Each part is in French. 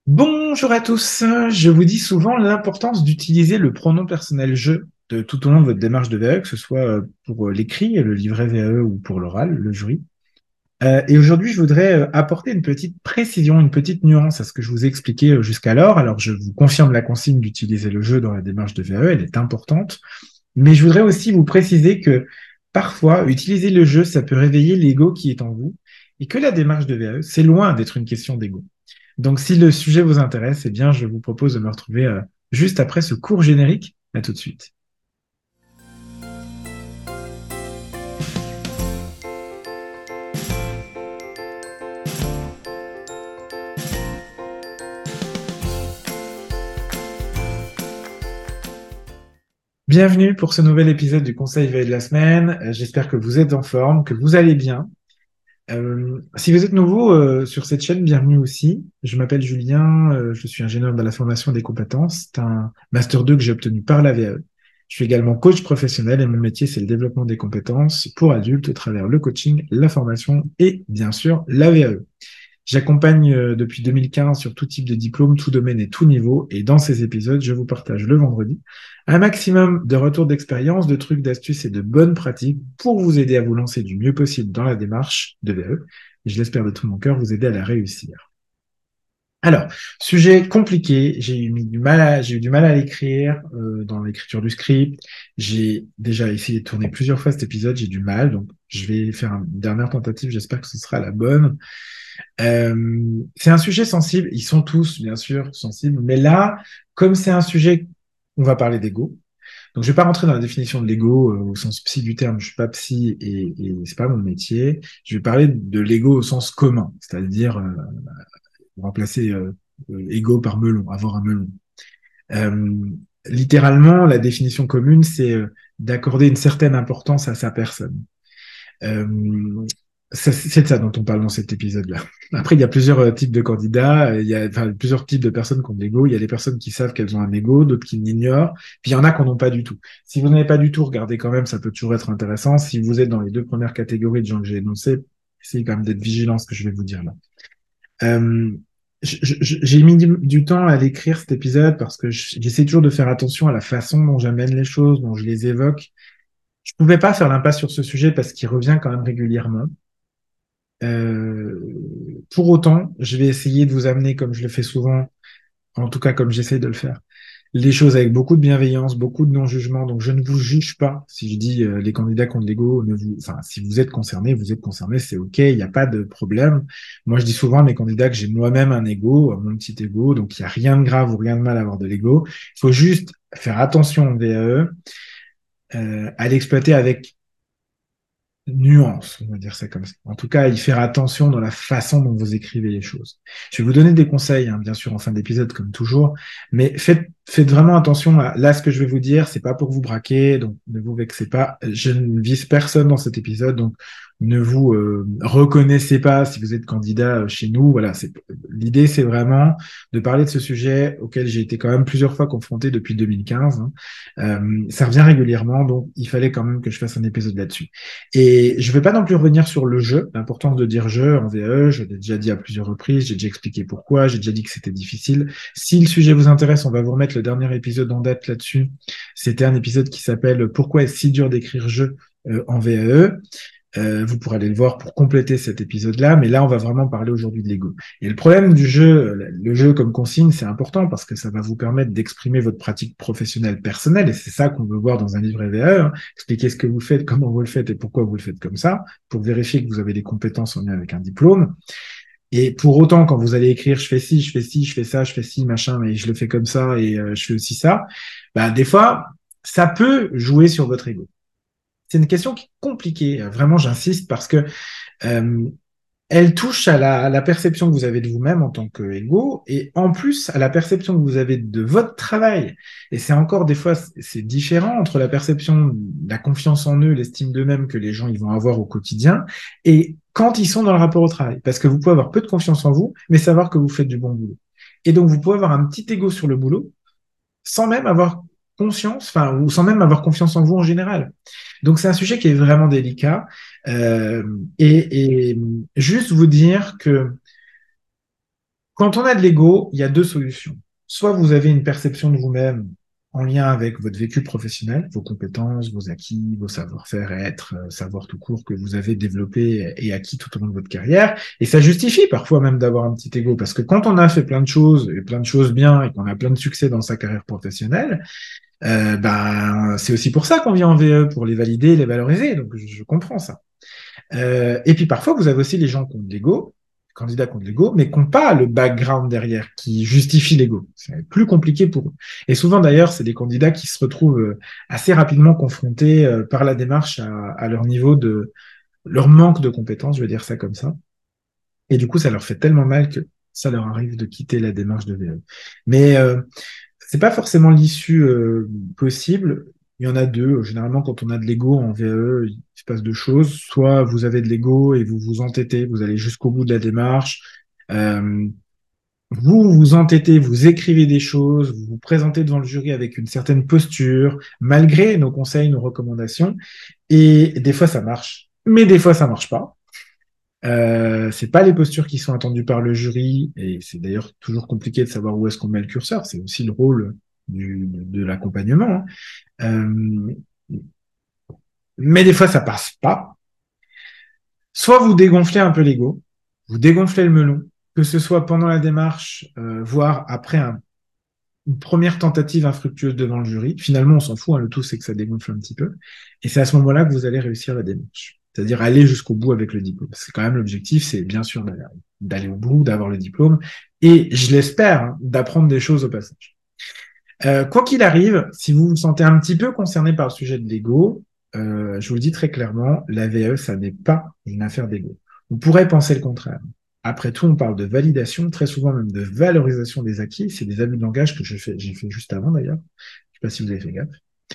Bonjour à tous. Je vous dis souvent l'importance d'utiliser le pronom personnel je tout au long de votre démarche de VAE, que ce soit pour l'écrit, le livret VAE ou pour l'oral, le jury. Et aujourd'hui, je voudrais apporter une petite précision, une petite nuance à ce que je vous ai expliqué jusqu'alors. Alors, je vous confirme la consigne d'utiliser le je dans la démarche de VAE, elle est importante. Mais je voudrais aussi vous préciser que parfois, utiliser le je, ça peut réveiller l'ego qui est en vous et que la démarche de VAE, c'est loin d'être une question d'ego. Donc, si le sujet vous intéresse, eh bien, je vous propose de me retrouver juste après ce court générique. À tout de suite. Bienvenue pour ce nouvel épisode du Conseil VAE de la semaine. J'espère que vous êtes en forme, que vous allez bien. Si vous êtes nouveau sur cette chaîne, bienvenue aussi. Je m'appelle Julien, je suis ingénieur de la formation des compétences. C'est un Master 2 que j'ai obtenu par la VAE. Je suis également coach professionnel et mon métier, c'est le développement des compétences pour adultes au travers le coaching, la formation et bien sûr la VAE. J'accompagne depuis 2015 sur tout type de diplôme, tout domaine et tout niveau. Et dans ces épisodes, je vous partage le vendredi un maximum de retours d'expérience, de trucs, d'astuces et de bonnes pratiques pour vous aider à vous lancer du mieux possible dans la démarche de VAE. Et je l'espère de tout mon cœur vous aider à la réussir. Alors, sujet compliqué, j'ai eu du mal à l'écrire dans l'écriture du script. J'ai déjà essayé de tourner plusieurs fois cet épisode, j'ai du mal, donc je vais faire une dernière tentative, j'espère que ce sera la bonne. C'est un sujet sensible, ils sont tous bien sûr sensibles, mais là, comme c'est un sujet, on va parler d'ego. Donc je vais pas rentrer dans la définition de l'ego au sens psy du terme, je suis pas psy et c'est pas mon métier. Je vais parler de l'ego au sens commun, c'est-à-dire remplacer ego par melon, avoir un melon. Euh, Littéralement, la définition commune, c'est d'accorder une certaine importance à sa personne. Euh, c'est de ça dont on parle dans cet épisode-là. Après, il y a plusieurs types de candidats, il y a plusieurs types de personnes qui ont de l'ego. Il y a des personnes qui savent qu'elles ont un ego, d'autres qui l'ignorent, puis il y en a qui n'en ont pas du tout. Si vous n'avez pas du tout, regardez quand même, ça peut toujours être intéressant. Si vous êtes dans les deux premières catégories de gens que j'ai énoncées, essayez quand même d'être vigilant à ce que je vais vous dire là. Euh, j'ai mis du temps à l'écrire cet épisode parce que j'essaie toujours de faire attention à la façon dont j'amène les choses, dont je les évoque. Je pouvais pas faire l'impasse sur ce sujet parce qu'il revient quand même régulièrement. Pour autant, je vais essayer de vous amener, comme je le fais souvent, en tout cas comme j'essaie de le faire, les choses avec beaucoup de bienveillance, beaucoup de non-jugement. Donc, je ne vous juge pas. Si je dis les candidats qui ont de l'ego, enfin, si vous êtes concerné, c'est OK, il n'y a pas de problème. Moi, je dis souvent à mes candidats que j'ai moi-même un ego, mon petit ego, donc il n'y a rien de grave ou rien de mal à avoir de l'ego. Il faut juste faire attention au VAE, à l'exploiter avec nuance, on va dire ça comme ça. En tout cas, y faire attention dans la façon dont vous écrivez les choses. Je vais vous donner des conseils, hein, bien sûr, en fin d'épisode, comme toujours, mais faites vraiment attention à là, ce que je vais vous dire, c'est pas pour vous braquer, donc ne vous vexez pas. Je ne vise personne dans cet épisode, donc ne vous reconnaissez pas si vous êtes candidat chez nous. Voilà, l'idée, c'est vraiment de parler de ce sujet auquel j'ai été quand même plusieurs fois confronté depuis 2015. Hein. Ça revient régulièrement, donc il fallait quand même que je fasse un épisode là-dessus. Et je ne vais pas non plus revenir sur le jeu, l'importance de dire jeu en VAE, je l'ai déjà dit à plusieurs reprises, j'ai déjà expliqué pourquoi, j'ai déjà dit que c'était difficile. Si le sujet vous intéresse, on va vous remettre le dernier épisode en date là-dessus. C'était un épisode qui s'appelle Pourquoi est-ce si dur d'écrire jeu en VAE. Vous pourrez aller le voir pour compléter cet épisode-là, mais là, on va vraiment parler aujourd'hui de l'ego. Et le problème du jeu, le jeu comme consigne, c'est important parce que ça va vous permettre d'exprimer votre pratique professionnelle personnelle, et c'est ça qu'on veut voir dans un livre VAE, hein. Expliquer ce que vous faites, comment vous le faites et pourquoi vous le faites comme ça, pour vérifier que vous avez des compétences en lien avec un diplôme. Et pour autant, quand vous allez écrire, je fais ci, je fais ci, je fais ça, je fais ci, machin, mais je le fais comme ça et je fais aussi ça, bah, des fois, ça peut jouer sur votre ego. C'est une question qui est compliquée, vraiment j'insiste, parce que euh, elle touche à la perception que vous avez de vous-même en tant qu'ego, et en plus à la perception que vous avez de votre travail. Et c'est encore des fois, c'est différent entre la perception, la confiance en eux, l'estime d'eux-mêmes que les gens ils vont avoir au quotidien, et quand ils sont dans le rapport au travail. Parce que vous pouvez avoir peu de confiance en vous, mais savoir que vous faites du bon boulot. Et donc vous pouvez avoir un petit ego sur le boulot, sans même avoir conscience, enfin, ou sans même avoir confiance en vous en général. Donc c'est un sujet qui est vraiment délicat. Et juste vous dire que Quand on a de l'ego, il y a deux solutions. Soit vous avez une perception de vous-même en lien avec votre vécu professionnel, vos compétences, vos acquis, vos savoir-faire, savoir tout court que vous avez développé et acquis tout au long de votre carrière. Et ça justifie parfois même d'avoir un petit ego, parce que quand on a fait plein de choses, et plein de choses bien, et qu'on a plein de succès dans sa carrière professionnelle, ben, c'est aussi pour ça qu'on vient en VE, pour les valider, les valoriser. Donc, je comprends ça. Et puis parfois, vous avez aussi les gens qui ont de l'ego, candidats qui ont de l'ego, mais qui n'ont pas le background derrière qui justifie l'ego. C'est plus compliqué pour eux. Et souvent d'ailleurs, c'est des candidats qui se retrouvent assez rapidement confrontés par la démarche à leur niveau de leur manque de compétences, je vais dire ça comme ça. Et du coup, ça leur fait tellement mal que ça leur arrive de quitter la démarche de VE. Mais c'est pas forcément l'issue possible. Il y en a deux. Généralement, quand on a de l'ego en VAE, il se passe deux choses. Soit vous avez de l'ego et vous vous entêtez, vous allez jusqu'au bout de la démarche. Euh, vous vous entêtez, vous écrivez des choses, vous vous présentez devant le jury avec une certaine posture, malgré nos conseils, nos recommandations. Et des fois, ça marche. Mais des fois, ça marche pas. C'est pas les postures qui sont attendues par le jury, et c'est d'ailleurs toujours compliqué de savoir où est-ce qu'on met le curseur. C'est aussi le rôle de l'accompagnement, hein. Mais des fois, ça passe pas. Soit vous dégonflez un peu l'ego, vous dégonflez le melon, que ce soit pendant la démarche, voire après une première tentative infructueuse devant le jury. Finalement, on s'en fout, hein, le tout, c'est que ça dégonfle un petit peu. Et c'est à ce moment-là que vous allez réussir la démarche. C'est-à-dire aller jusqu'au bout avec le diplôme. C'est quand même l'objectif, c'est bien sûr d'aller au bout, d'avoir le diplôme. Et je l'espère, hein, d'apprendre des choses au passage. Quoi qu'il arrive, si vous vous sentez un petit peu concerné par le sujet de l'ego, je vous le dis très clairement, la VE, ça n'est pas une affaire d'ego. Vous pourrez penser le contraire. Après tout, on parle de validation, très souvent même de valorisation des acquis. C'est des abus de langage que j'ai fait juste avant d'ailleurs. Je sais pas si vous avez fait gaffe.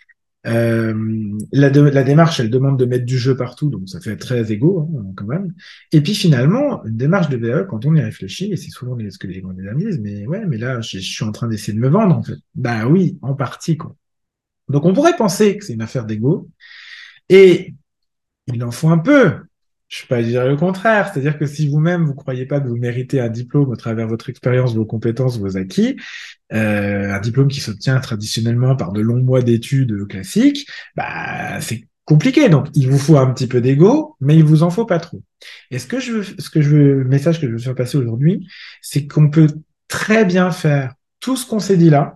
La démarche, elle demande de mettre du jeu partout, donc ça fait très égo hein, quand même. Et puis finalement, une démarche de VE, quand on y réfléchit, et c'est souvent ce que les candidats me disent, mais ouais, mais là, je suis en train d'essayer de me vendre en fait. Bah oui, en partie quoi. Donc on pourrait penser que c'est une affaire d'ego, et il en faut un peu. Je ne vais pas dire le contraire, c'est-à-dire que si vous-même vous croyez pas que vous méritez un diplôme au travers de votre expérience, vos compétences, vos acquis, un diplôme qui s'obtient traditionnellement par de longs mois d'études classiques, bah c'est compliqué. Donc il vous faut un petit peu d'ego, mais il vous en faut pas trop. Et le message que je veux faire passer aujourd'hui, c'est qu'on peut très bien faire tout ce qu'on s'est dit là,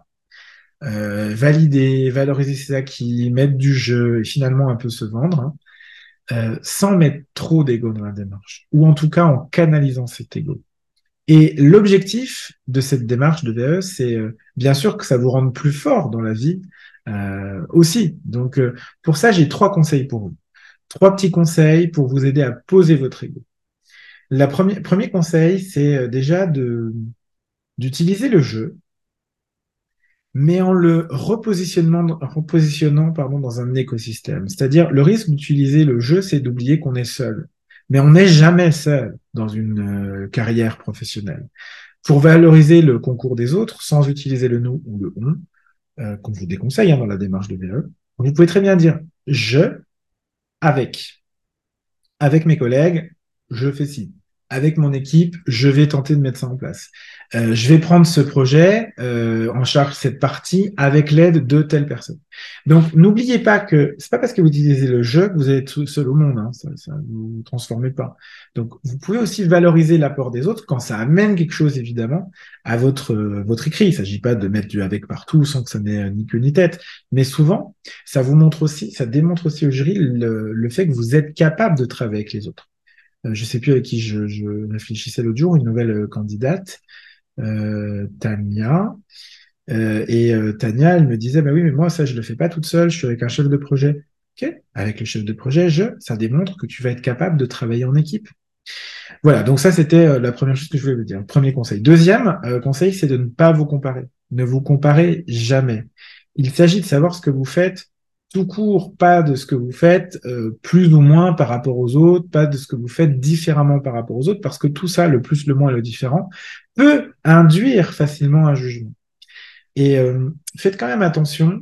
valider, valoriser ses acquis, mettre du jeu et finalement un peu se vendre, hein, sans mettre trop d'ego dans la démarche, ou en tout cas en canalisant cet ego. Et l'objectif de cette démarche de VE, c'est bien sûr que ça vous rende plus fort dans la vie aussi. Donc pour ça, j'ai trois conseils pour vous. Trois petits conseils pour vous aider à poser votre ego. Premier conseil, c'est déjà d'utiliser le jeu, mais en le repositionnant pardon, dans un écosystème. C'est-à-dire, le risque d'utiliser le jeu, c'est d'oublier qu'on est seul. Mais on n'est jamais seul dans une carrière professionnelle. Pour valoriser le concours des autres, sans utiliser le nous ou le on, qu'on vous déconseille hein, dans la démarche de VE, vous pouvez très bien dire je avec. Avec mes collègues, je fais ci. Avec mon équipe, je vais tenter de mettre ça en place. Je vais prendre ce projet en charge cette partie avec l'aide de telle personne. Donc, n'oubliez pas que c'est pas parce que vous utilisez le jeu que vous êtes tout seul au monde. Hein, ça ne vous transformez pas. Donc, vous pouvez aussi valoriser l'apport des autres quand ça amène quelque chose, évidemment, à votre écrit. Il ne s'agit pas de mettre du avec partout sans que ça n'ait ni queue ni tête. Mais souvent, ça vous montre aussi, ça démontre aussi au jury le fait que vous êtes capable de travailler avec les autres. Je sais plus avec qui je réfléchissais l'autre jour, une nouvelle candidate, Tania. Tania, elle me disait, bah oui, mais moi, ça, je le fais pas toute seule, je suis avec un chef de projet. Ok, avec le chef de projet, ça démontre que tu vas être capable de travailler en équipe. Voilà, donc ça, c'était la première chose que je voulais vous dire. Premier conseil. Deuxième conseil, c'est de ne pas vous comparer. Ne vous comparez jamais. Il s'agit de savoir ce que vous faites tout court, pas de ce que vous faites plus ou moins par rapport aux autres, pas de ce que vous faites différemment par rapport aux autres, parce que tout ça, le plus, le moins et le différent, peut induire facilement un jugement. Et faites quand même attention,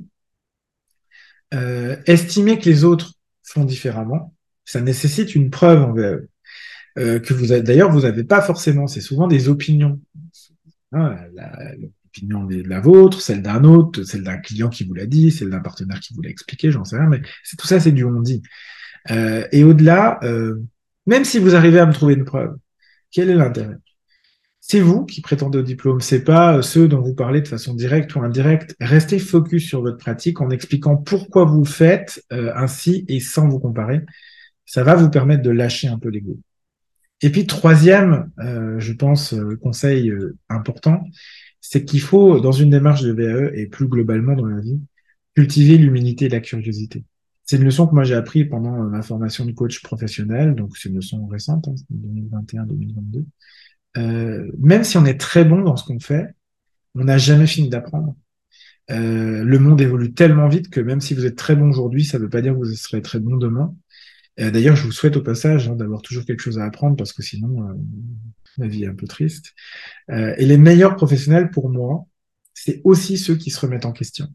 estimer que les autres font différemment, ça nécessite une preuve en VAE. Que vous avez, d'ailleurs, vous n'avez pas forcément, c'est souvent des opinions. hein, l'opinion de la vôtre, celle d'un autre, celle d'un client qui vous l'a dit, celle d'un partenaire qui vous l'a expliqué, j'en sais rien, mais c'est tout ça, c'est du on-dit. Et au-delà, même si vous arrivez à me trouver une preuve, quel est l'intérêt? C'est vous qui prétendez au diplôme, c'est pas ceux dont vous parlez de façon directe ou indirecte. Restez focus sur votre pratique en expliquant pourquoi vous le faites ainsi et sans vous comparer. Ça va vous permettre de lâcher un peu l'ego. Et puis troisième, je pense, conseil important, c'est qu'il faut, dans une démarche de VAE et plus globalement dans la vie, cultiver l'humilité et la curiosité. C'est une leçon que moi j'ai appris pendant ma formation de coach professionnel, donc c'est une leçon récente, hein, 2021-2022. Même si on est très bon dans ce qu'on fait, on n'a jamais fini d'apprendre. Le monde évolue tellement vite que même si vous êtes très bon aujourd'hui, ça ne veut pas dire que vous serez très bon demain. D'ailleurs, je vous souhaite au passage d'avoir toujours quelque chose à apprendre parce que sinon, la vie est un peu triste. Et les meilleurs professionnels, pour moi, c'est aussi ceux qui se remettent en question.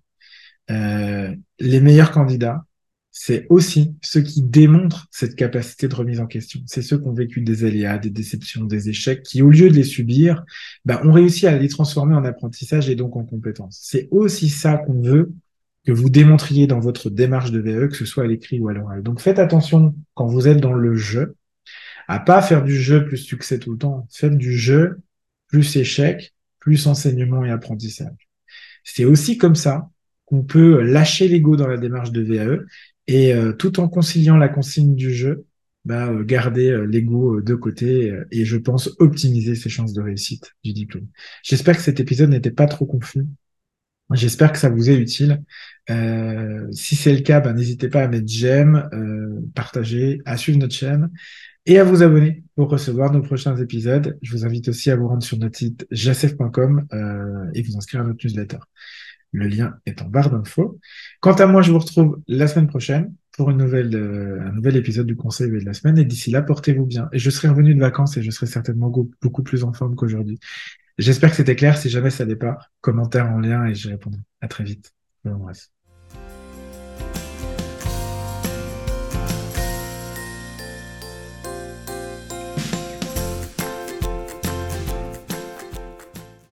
Les meilleurs candidats, c'est aussi ceux qui démontrent cette capacité de remise en question. C'est ceux qui ont vécu des aléas, des déceptions, des échecs, qui, au lieu de les subir, ont réussi à les transformer en apprentissage et donc en compétences. C'est aussi ça qu'on veut que vous démontriez dans votre démarche de VE, que ce soit à l'écrit ou à l'oral. Donc faites attention quand vous êtes dans le jeu, à pas faire du jeu plus succès tout le temps. Faites du jeu plus échec, plus enseignement et apprentissage. C'est aussi comme ça qu'on peut lâcher l'ego dans la démarche de VAE et tout en conciliant la consigne du jeu, garder l'ego de côté et je pense optimiser ses chances de réussite du diplôme. J'espère que cet épisode n'était pas trop confus. J'espère que ça vous est utile. Si c'est le cas, n'hésitez pas à mettre j'aime, partager, à suivre notre chaîne et à vous abonner pour recevoir nos prochains épisodes. Je vous invite aussi à vous rendre sur notre site jacef.com et vous inscrire à notre newsletter. Le lien est en barre d'infos. Quant à moi, je vous retrouve la semaine prochaine pour un nouvel épisode du Conseil de la semaine. Et d'ici là, portez-vous bien. Et je serai revenu de vacances et je serai certainement beaucoup plus en forme qu'aujourd'hui. J'espère que c'était clair. Si jamais ça l'est pas, commentaire en lien et je répondrai. À très vite. Je vous embrasse.